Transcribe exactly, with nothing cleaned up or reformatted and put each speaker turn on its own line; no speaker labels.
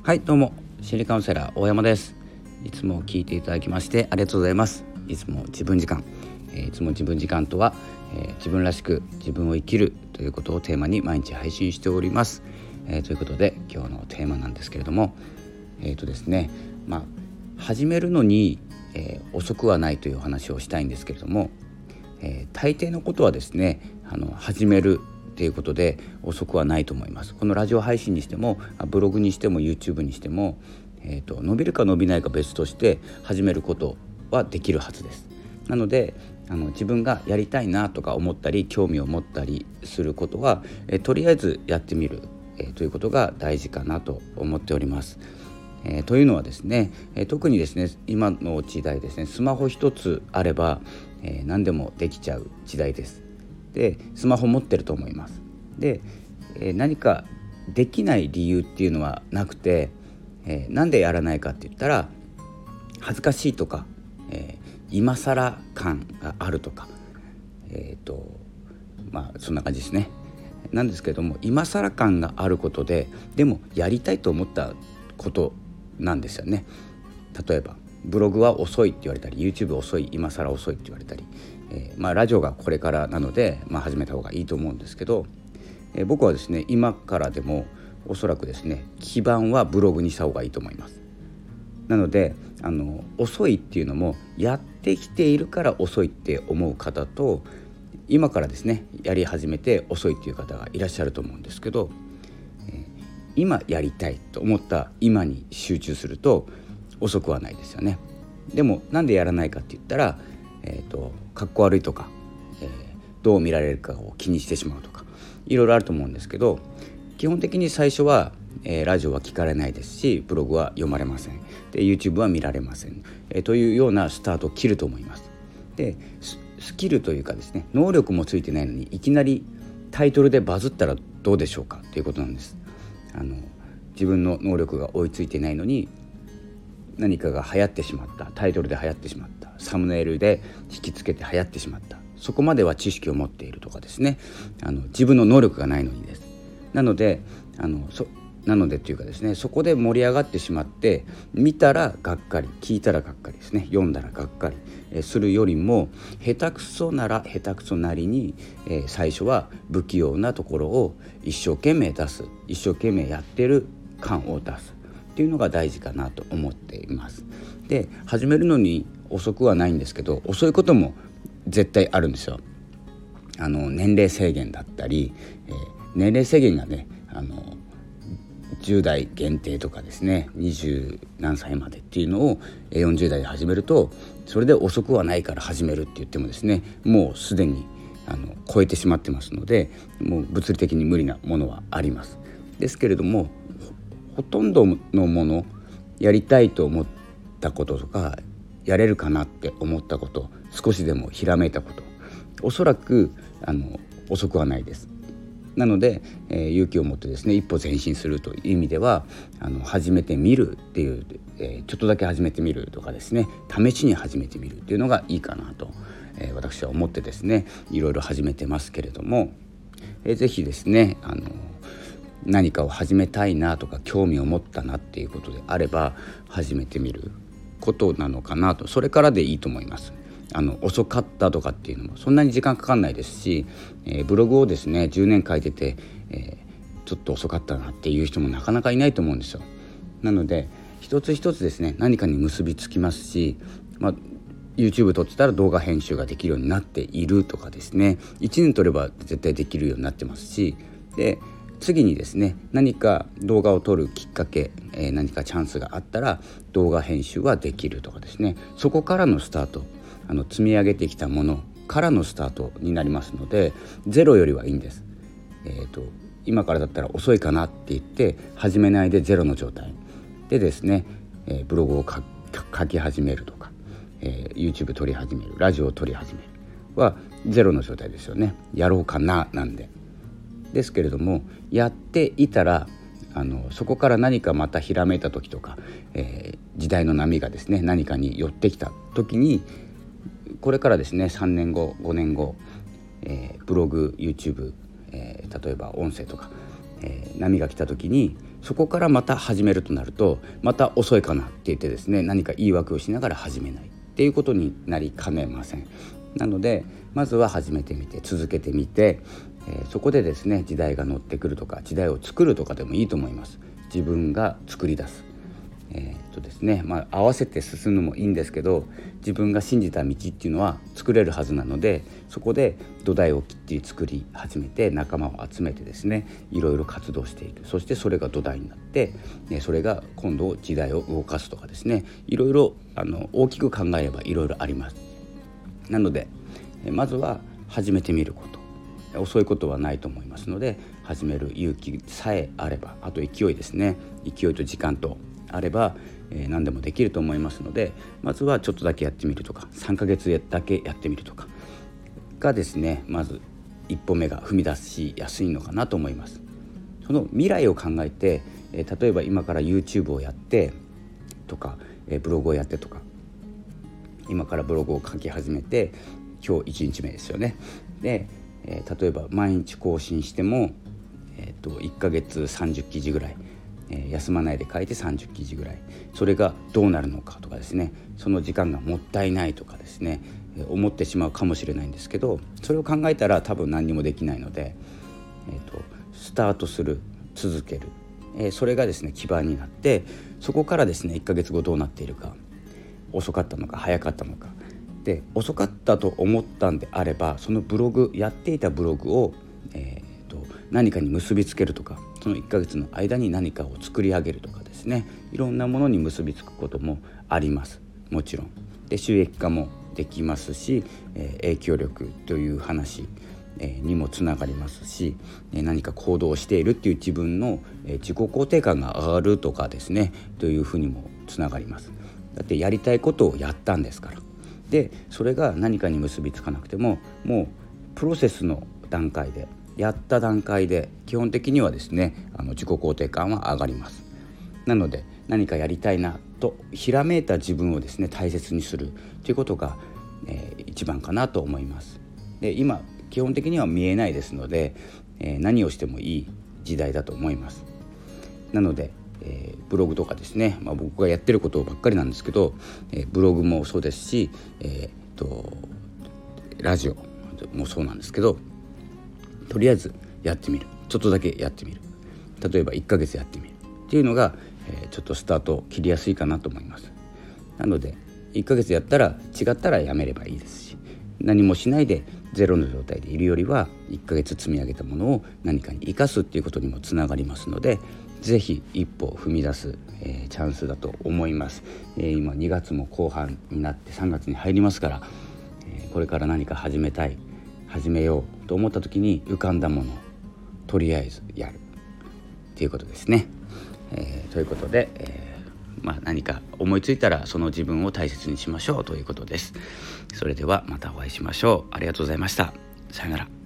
はい、どうも心理カウンセラー大山です。いつも聞いていただきましてありがとうございます。いつも自分時間、えー、いつも自分時間とは、えー、自分らしく自分を生きるということをテーマに毎日配信しております。えー、ということで今日のテーマなんですけれども、えーとですね、まあ始めるのに、えー、遅くはないというお話をしたいんですけれども、えー、大抵のことはですね、あの始めるということで遅くはないと思います。このラジオ配信にしてもブログにしても YouTube にしても、えーと、伸びるか伸びないか別として始めることはできるはずです。なのであの自分がやりたいなとか思ったり興味を持ったりすることは、えー、とりあえずやってみる、えー、ということが大事かなと思っております。えー、というのはですね、えー、特にですね今の時代ですね、スマホ一つあれば、えー、何でもできちゃう時代です。でスマホ持ってると思います。で、えー、何かできない理由っていうのはなくて、えー、なんでやらないかって言ったら恥ずかしいとか、えー、今更感があるとか、えーとまあそんな感じですね。なんですけども、今更感があることででもやりたいと思ったことなんですよね。例えばブログは遅いって言われたり YouTube 遅い、今更遅いって言われたり、えーまあ、ラジオがこれからなので、まあ、始めた方がいいと思うんですけど、えー、僕はですね今からでもおそらくですね基盤はブログにした方がいいと思います。なのであの遅いっていうのもやってきているから遅いって思う方と、今からですねやり始めて遅いっていう方がいらっしゃると思うんですけど、えー、今やりたいと思った今に集中すると遅くはないですよね。でもなんでやらないかって言ったら、えーと、かっこ悪いとか、えー、どう見られるかを気にしてしまうとかいろいろあると思うんですけど、基本的に最初は、えー、ラジオは聞かれないですし、ブログは読まれません。で YouTube は見られません、えー、というようなスタートを切ると思います。でスキルというかですね、能力もついてないのにいきなりタイトルでバズったらどうでしょうかということなんです。あの自分の能力が追いついてないのに何かが流行ってしまった、タイトルで流行ってしまった、サムネイルで引きつけて流行ってしまった、そこまでは知識を持っているとかですね、あの自分の能力がないのにです。なのであのそなのでというかですね、そこで盛り上がってしまって見たらがっかり、聞いたらがっかりですね、読んだらがっかり、えー、するよりも下手くそなら下手くそなりに、えー、最初は不器用なところを一生懸命出す、一生懸命やってる感を出すっていうのが大事かなと思っています。で始めるのに遅くはないんですけど、遅いことも絶対あるんですよ。あの年齢制限だったり、えー、年齢制限がねあのじゅう代限定とかですね、にじゅう何歳までっていうのをよんじゅう代で始めると、それで遅くはないから始めるって言ってもですね、もうすでにあの超えてしまってますので、もう物理的に無理なものはあります。ですけれどもほとんどのもの、やりたいと思ったこととかやれるかなって思ったこと、少しでもひらめいたこと、おそらくあの遅くはないです。なので、えー、勇気を持ってですね一歩前進するという意味では、あの始めてみるっていう、えー、ちょっとだけ始めてみるとかですね、試しに始めてみるっていうのがいいかなと、えー、私は思ってですねいろいろ始めてますけれども、えー、ぜひですねあの何かを始めたいなとか興味を持ったなっていうことであれば始めてみることなのかなと、それからでいいと思います。あの遅かったとかっていうのもそんなに時間かかんないですし、えー、ブログをですねじゅうねん書いてて、えー、ちょっと遅かったなっていう人もなかなかいないと思うんですよ。なので一つ一つですね何かに結びつきますし、まあ、YouTube 撮ってたら動画編集ができるようになっているとかですね、いちねん撮れば絶対できるようになってますし、で次にですね何か動画を撮るきっかけ、えー、何かチャンスがあったら動画編集はできるとかですね、そこからのスタート、あの積み上げてきたものからのスタートになりますので、ゼロよりはいいんです。えーと、今からだったら遅いかなって言って始めないでゼロの状態でですね、えー、ブログを書き始めるとか、えー、YouTube 撮り始める、ラジオを撮り始めるはゼロの状態ですよね。やろうかななんでですけれども、やっていたらあのそこから何かまたひらめいた時とか、えー、時代の波がですね何かに寄ってきた時に、これからですねさんねんごごねんご、えー、ブログ YouTube、えー、例えば音声とか、えー、波が来た時にそこからまた始めるとなるとまた遅いかなって言ってですね、何か言い訳をしながら始めないっていうことになりかねません。なのでまずは始めてみて続けてみて、えー、そこでですね時代が乗ってくるとか時代を作るとかでもいいと思います。自分が作り出す、えーとですねまあ、合わせて進むのもいいんですけど、自分が信じた道っていうのは作れるはずなので、そこで土台をきっちり作り始めて仲間を集めてですねいろいろ活動している。そしてそれが土台になって、それが今度時代を動かすとかですね、いろいろあの大きく考えればいろいろあります。なのでまずは始めてみること、遅いことはないと思いますので、始める勇気さえあれば、あと勢いですね、勢いと時間とあれば、えー、何でもできると思いますので、まずはちょっとだけやってみるとかさんかげつだけやってみるとかがですね、まず一歩目が踏み出しやすいのかなと思います。その未来を考えて、えー、例えば今から YouTube をやってとか、えー、ブログをやってとか、今からブログを書き始めて今日いちにちめですよね。で、えー、例えば毎日更新しても、えー、といっかげつさんじゅっきじぐらい、えー、休まないで書いてさんじゅっきじぐらい、それがどうなるのかとかですね、その時間がもったいないとかですね、えー、思ってしまうかもしれないんですけど、それを考えたら多分何にもできないので、えー、とスタートする、続ける、えー、それがですね基盤になって、そこからですねいっかげつごどうなっているか、遅かったのか早かったのかで、遅かったと思ったんであれば、そのブログやっていたブログを、えー、と何かに結びつけるとか、そのいっかげつの間に何かを作り上げるとかですね、いろんなものに結びつくこともあります。もちろんで収益化もできますし、えー、影響力という話、えー、にもつながりますし、えー、何か行動をしているっていう自分の、えー、自己肯定感が上がるとかですねというふうにもつながります。だってやりたいことをやったんですから。でそれが何かに結びつかなくても、もうプロセスの段階でやった段階で基本的にはですねあの自己肯定感は上がります。なので何かやりたいなとひらめいた自分をですね大切にするということが、えー、一番かなと思います。で今基本的には見えないですので、えー、何をしてもいい時代だと思います。なのでえー、ブログとかですね、まあ、僕がやってることばっかりなんですけど、えー、ブログもそうですし、えー、とラジオもそうなんですけど、とりあえずやってみる、ちょっとだけやってみる、例えばいっかげつやってみるっていうのが、えー、ちょっとスタート切りやすいかなと思います。なのでいっかげつやったら違ったらやめればいいですし、何もしないでゼロの状態でいるよりはいっかげつ積み上げたものを何かに生かすっていうことにもつながりますので、ぜひ一歩踏み出す、えー、チャンスだと思います。えー、今にがつも後半になってさんがつに入りますから、えー、これから何か始めたい、始めようと思った時に浮かんだものをとりあえずやるっていうことですね。えー、ということで、えーまあ、何か思いついたらその自分を大切にしましょうということです。それではまたお会いしましょう。ありがとうございました。さよなら。